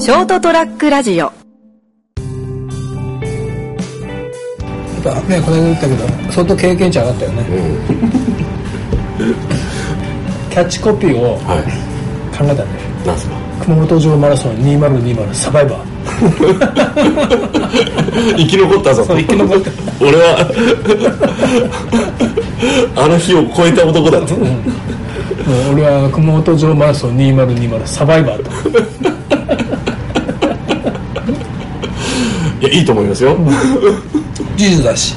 ショートトラックラジオ。 やっぱね、この間言ったけど相当経験値上がったよね、キャッチコピーを考えたんで、 なんすか？ 熊本城マラソン2020サバイバー生き残ったぞ。 そう生き残った俺はあの日を超えた男だって、 もう俺は熊本城マラソン2020サバイバーといや、いいと思いますよ、 事実だし、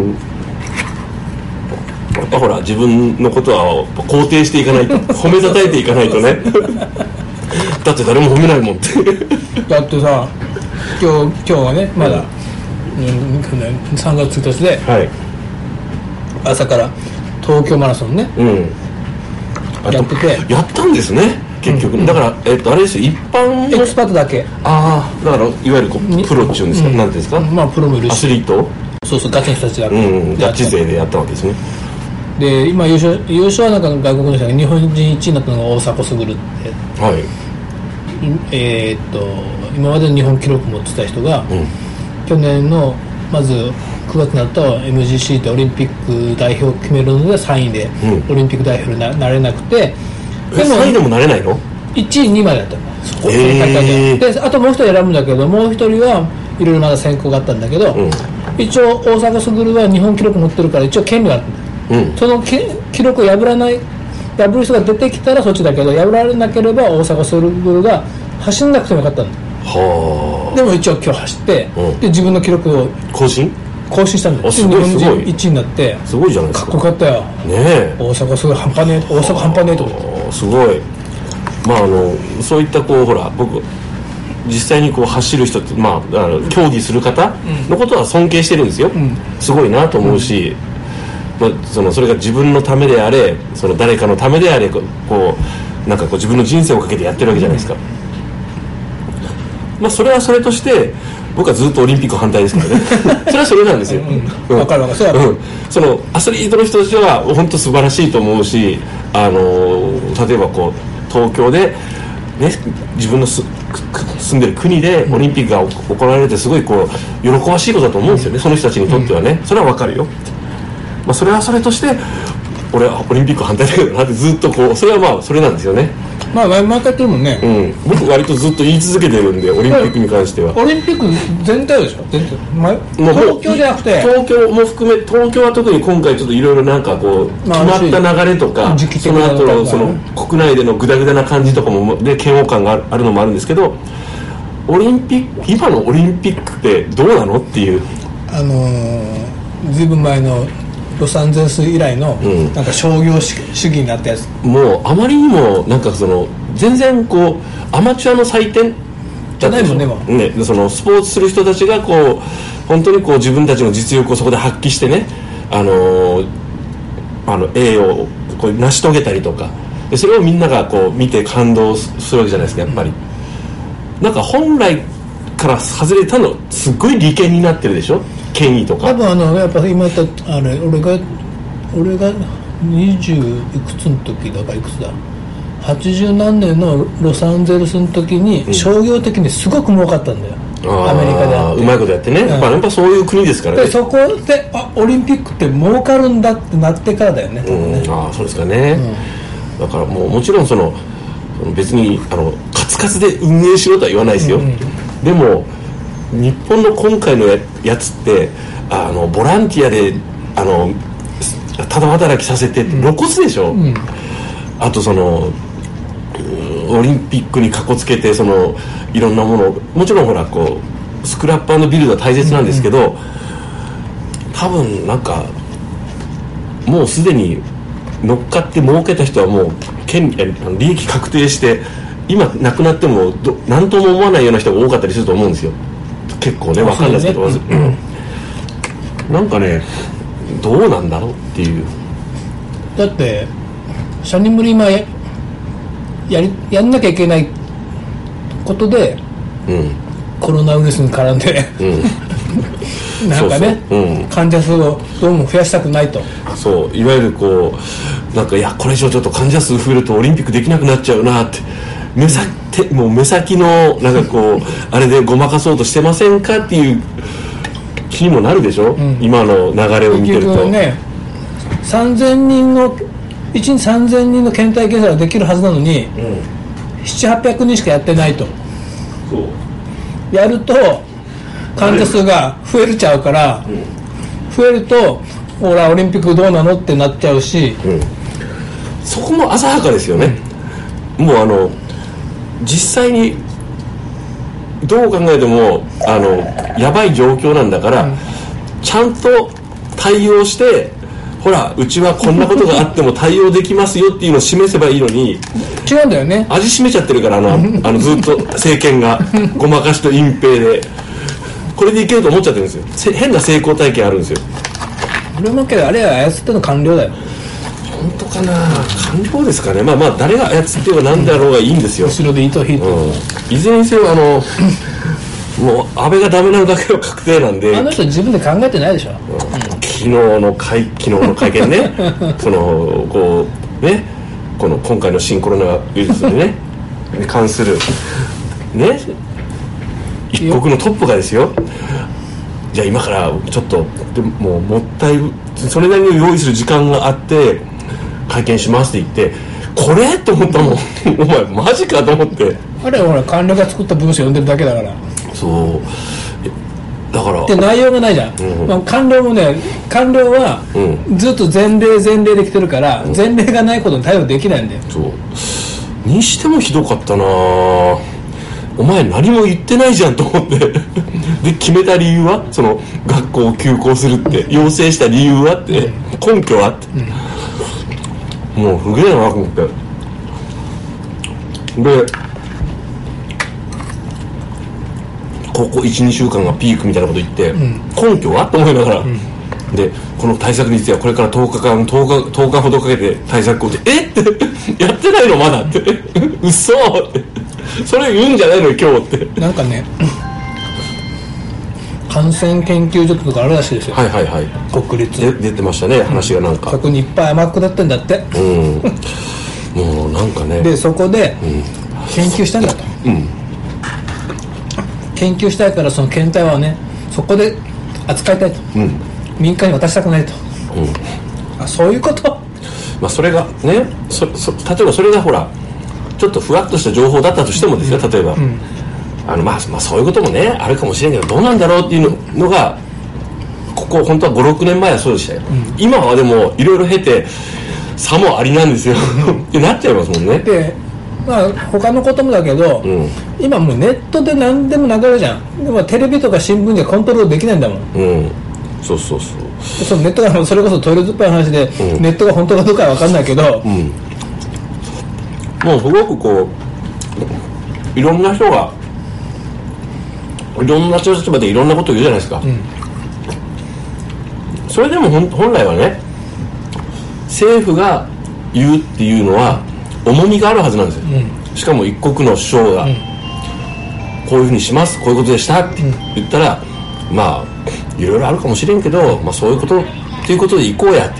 やっぱほら自分のことは肯定していかないと褒めたたえていかないとねだって誰も褒めないもんってだってさ、今日はねまだ、3月1日で、 はい、 朝から東京マラソンね、やってて、 やったんですね結局、だから、あれですよ、一般のエキスパートだけ、 だからいわゆるプロっていうんですか、なんていうんですか、 まあプロもいるし、 アスリート、 そうガチの人たちだけ、 ガチ勢でやったわけですね。 で今優勝はなんか外国の人が日本人1位になったのが大迫傑って、 はい、 今までの日本記録持ってた人が、去年のまず9月になった MGC でオリンピック代表を決めるので3位で、オリンピック代表に なれなくて、 でも3位でもなれないの ？1位2位までだったの、その大会で、あともう一人選ぶんだけど、もう一人はいろいろまだ選考があったんだけど、一応大迫傑は日本記録持ってるから一応権利があったんだよ、その記録を破る人が出てきたらそっちだけど、破られなければ大迫傑が走んなくてもよかったんだ。でも一応今日走って、で自分の記録を更新したんだよ。 すごいすごい、 日本人1位になってすごいじゃないですか。 かっこよかったよね。大阪すごい半端ねえ、大阪半端ねえと思って、 すごい。まあそういったこうほら、僕実際にこう走る人って、競技する方のことは尊敬してるんですよ、すごいなと思うし、それが自分のためであれ、その誰かのためであれ、こうなんかこう自分の人生をかけてやってるわけじゃないですか、それはそれとして僕はずっとオリンピック反対ですからねそれはそれなんですよ、 分かる分かる、 そのアスリートの人たちは本当素晴らしいと思うし、例えばこう東京で、ね、自分の住んでる国でオリンピックが行われてすごいこう喜ばしいことだと思うんですよね、その人たちにとってはね、それは分かるよ、それはそれとして俺はオリンピック反対だけどなってずっとこう、それはそれなんですよね。 毎回言ってるもんね、 僕割とずっと言い続けてるんで、オリンピックに関しては。 オリンピック全体でしょ、全体、東京じゃなくて東京も含め、東京は特に今回ちょっといろいろなんかこう決まった流れとか、その後のその国内でのグダグダな感じとかもで嫌悪感があるのもあるんですけど、オリンピック、今のオリンピックってどうなのっていう、 ずいぶん前のロサンゼルス以来の、なんか商業主義になったやつ、 もうあまりにもなんか全然こうアマチュアの祭典じゃないもんね、 そのスポーツする人たちがこう本当にこう自分たちの実力をそこで発揮してね、栄をこう成し遂げたりとかで、それをみんながこう見て感動するわけじゃないですか。やっぱりなんか本来から外れたのすっごい利権になってるでしょ、権威とか。 多分やっぱ今言った俺が20いくつの時だから、いくつだ、80何年のロサンゼルスの時に商業的にすごく儲かったんだよ、アメリカであって、 うまいことやってね、やっぱそういう国ですからね。 でそこでオリンピックって儲かるんだってなってからだよね、 そうですかね、だからもちろん別にカツカツで運営しろとは言わないですよ、でも日本の今回のやつってボランティアでただ働きさせて露骨でしょ、あとオリンピックにかこつけていろんなもの、もちろんほらこうスクラップ&ビルドは大切なんですけど、多分なんかもうすでに乗っかって儲けた人はもう利益確定して、今なくなっても何とも思わないような人が多かったりすると思うんですよ、結構ね、分かんないですけど、なんかね、どうなんだろうっていう。 だってシャニムリ今やんなきゃいけないことで、コロナウイルスに絡んで、なんかね、患者数をどうも増やしたくないと、 そういわゆるこうなんか、いやこれ以上ちょっと患者数増えるとオリンピックできなくなっちゃうなってもう目先のなんかこうあれでごまかそうとしてませんかっていう気にもなるでしょ、今の流れを見てると。 結局ね、1日3000人の検体検査ができるはずなのに、700、800人しかやってないと。そうやると患者数が増えちゃうから、増えるとほらオリンピックどうなのってなっちゃうし、 そこも浅はかですよね、もう実際にどう考えてもやばい状況なんだから、ちゃんと対応してほらうちはこんなことがあっても対応できますよっていうのを示せばいいのに違うんだよね、 味しめちゃってるからずっと政権がごまかしと隠蔽でこれでいけると思っちゃってるんですよ。変な成功体験あるんですよ。 俺もけどあれは操っての官僚だよ。 本当かな、官僚ですかね。まあ誰が操ってようが何だろうがいいんですよ。 後ろで糸引いて、 いずれにせよもう安倍がダメなのだけは確定なんで。 あの人自分で考えてないでしょ、 昨日の会見ねこうね、この今回の新コロナウイルスにね関するね一国のトップがですよ、じゃあ今からちょっともそれなりに用意する時間があって会見しますって言って、これと思ったもんお前マジかと思って。 あれはほら官僚が作った文章読んでるだけだから。 そうだからで内容がないじゃん、官僚もね、官僚はずっと前例できてるから、前例がないことに対応できないんだよ。 そうにしてもひどかったな、お前何も言ってないじゃんと思ってで決めた理由はその学校を休校するって要請した理由はって、根拠はって、もうすげえなと思って。でここ 1,2 週間がピークみたいなこと言って、根拠はと思いながら、でこの対策についてはこれから10日ほどかけて対策をってってやってないのまだって嘘ってそれ言うんじゃないの今日ってなんかね感染研究所とかあるらしいですよ。 はいはいはい、 国立出てましたね、話がなんかそこにいっぱい天下ってんだって、 もうなんかね、 でそこで研究したんだと、研究したいからその検体はねそこで扱いたいと、民間に渡したくないと、あそういうこと、 それがね例えばそれがほらちょっとふわっとした情報だったとしてもですよ、例えば、そういうこともねあるかもしれんけどどうなんだろうっていうのがここ本当は 5,6 年前はそうでしたよ、今はでもいろいろ経て差もありなんですよってなっちゃいますもんね。 で他のこともだけど、今もうネットで何でも流れるじゃん。でもテレビとか新聞じゃコントロールできないんだもん、 そうそのネットがそれこそトイレットペーパーの話で、ネットが本当かどうかは分かんないけど、 もうすごくこういろんな人がいろんな立場でいろんなことを言うじゃないですか、それでも本来はね政府が言うっていうのは重みがあるはずなんですよ、しかも一国の首相が、こういうふうにしますこういうことでしたって言ったら、いろいろあるかもしれんけど、そういうことっていうことで行こうやって、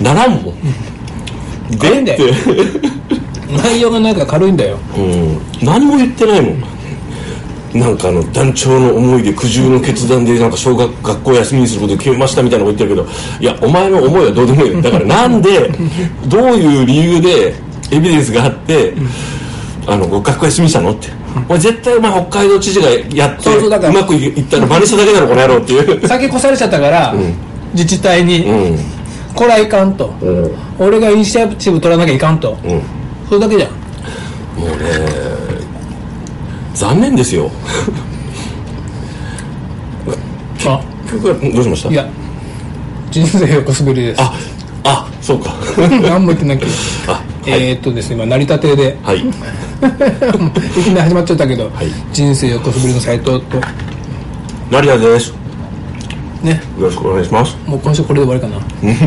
ならんもん、 でって内容がなんか軽いんだよ、 何も言ってないもん。なんか団長の思いで苦渋の決断でなんか学校休みにすることを決めましたみたいなこと言ってるけど、いやお前の思いはどうでもいいよ。だからなんでどういう理由でエビデンスがあって学校休みしたのって、お前絶対北海道知事がやってうまくいったら真似しただけだろこの野郎っていう先越されちゃったから、自治体に、これはいかんと、俺がイニシアチブ取らなきゃいかんと、それだけじゃん。 もうね残念ですよどうしました？ いや人生横滑りです。 そうか何も言ってないけどですね今成田亭で、いきなり始まっちゃったけど、人生横滑りの斉藤と成田ですね、 よろしくお願いします。 もう今週これで終わりかな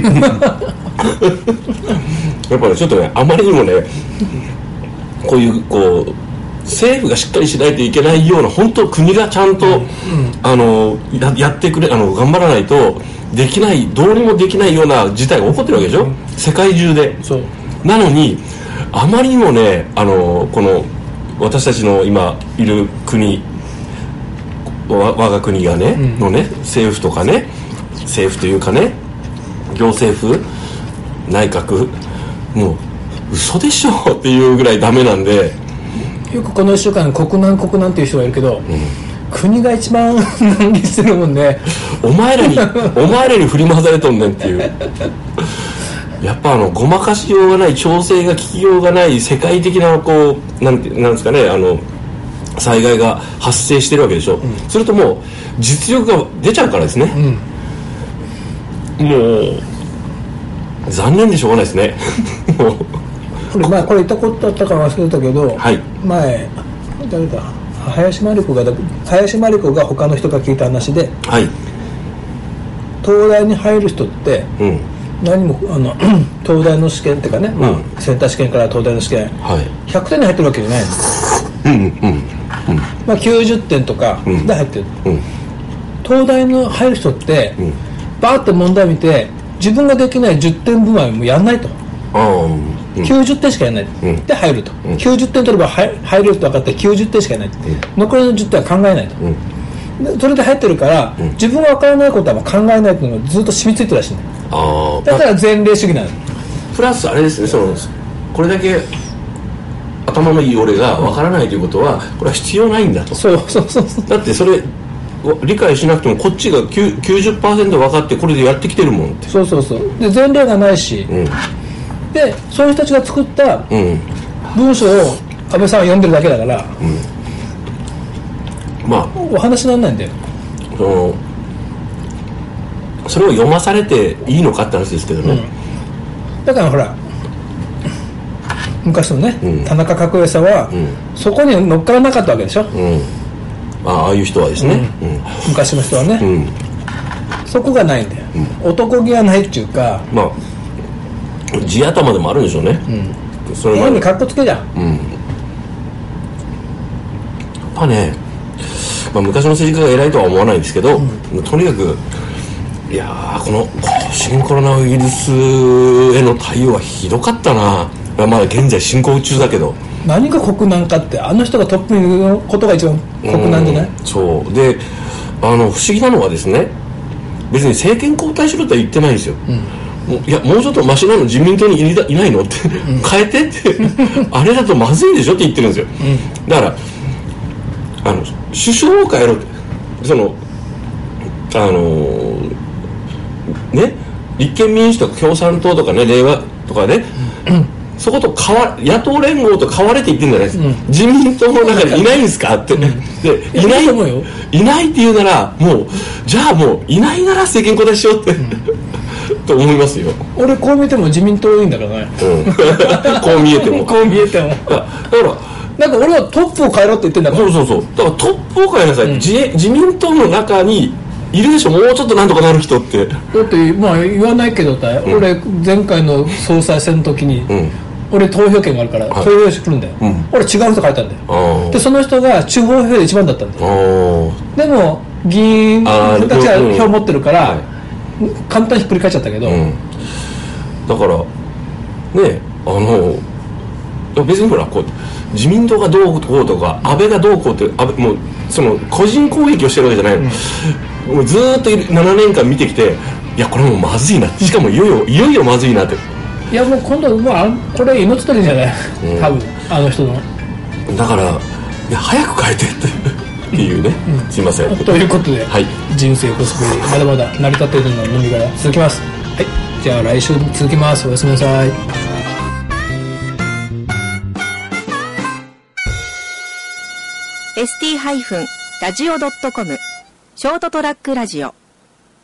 やっぱりちょっとねあまりにもねこう政府がしっかりしないといけないような本当国がちゃんと、やってくれ頑張らないとできないどうにもできないような事態が起こってるわけでしょ、世界中で。なのにあまりにもね、この私たちの今いる国、我が国がね、のね、政府とかね、政府というかね、行政府、内閣、もう嘘でしょっていうぐらいダメなんで。 よくこの1週間国難っていう人がいるけど、国が一番難儀してるもんね。 お前らに振り回されとんねんっていう。やっぱごまかしようがない、調整が効きようがない世界的なこうなんですかね、災害が発生してるわけでしょ。それともう実力が出ちゃうからですね。もう残念でしょうがないですね。もうこれ言ったことあったか忘れたけど、 はい、 前誰だ、林真理子が他の人が聞いた話で、 はい、 東大に入る人って、何も東大の試験っていうかね、センター試験から東大の試験、100点に入ってるわけじゃないんです。90点とかで入ってる。東大の入る人って、バーって問題見て自分ができない10点分はもうやんないと。90点しかやらない、で入ると、90点取れば入れると分かったら90点しかやらない、残りの10点は考えないと、でそれで入ってるから、自分が分からないことはもう考えないっていうのがずっと染みついてるらしいんだよ。だから前例主義なの。 プラスあれですね、これだけ頭のいい俺が分からないということはこれは必要ないんだと。 そうだってそれ理解しなくてもこっちが 90% 分かってこれでやってきてるもんって。 そうで前例がないし、でそういう人たちが作った文章を安倍さんは読んでるだけだから、お話にならないんだよ。 それを読まされていいのかって話ですけどね、 だからほら昔のね、田中角栄さんは、そこに乗っからなかったわけでしょ、 ああいう人はですね、 昔の人はね、そこがないんだよ、男気がないっていうか、 地頭でもあるんでしょうね、それにかっこつけじゃん、 やっぱね、昔の政治家が偉いとは思わないんですけど、とにかくいやーこの新コロナウイルスへの対応はひどかったな。まだ現在進行中だけど、 何が国難かって、あの人がトップにいることが一番国難じゃない？ そうで、不思議なのはですね、別に政権交代しろとは言ってないんですよ、いやもうちょっとマシなの自民党にいないのって、変えてってあれだとまずいでしょって言ってるんですよ、だから首相を変えろって、ね、立憲民主とか共産党とかね、令和とかね、そこと野党連合と変われって言ってるんじゃないですか、自民党の中にいないんですかって、でいないって言うなら、もうじゃあもういないなら政権交代しようって、と思いますよ。 俺こう見ても自民党いいんだからね、 こう見えてもだからなんか俺はトップを変えろって言ってんだから。 そうだからトップを変えなさい、自民党の中にいるでしょ、もうちょっとなんとかなる人って。だって言わないけど俺前回の総裁選の時に、俺投票権があるから投票してくるんだよ、俺違う人書いたんだよ、でその人が地方票で一番だったんだよ。でも議員たちが票持ってるから、簡単にひっくり返っちゃったけど、 だからね、別にほらこう自民党がどうこうとか安倍がどうこうってもう個人攻撃をしてるわけじゃないの、もうずーっと7年間見てきて、いやこれもうまずいな、しかもいよいよまずいなって、 いやもう今度これ命取りじゃない、多分あの人の。 だからいや早く変えてっていうね、すいません。 ということで、人生コスプレまだまだ成り立っているの飲みから続きます。はい、じゃあ来週続きます。おやすみなさい。 ST-radio.com ショートトラックラジオ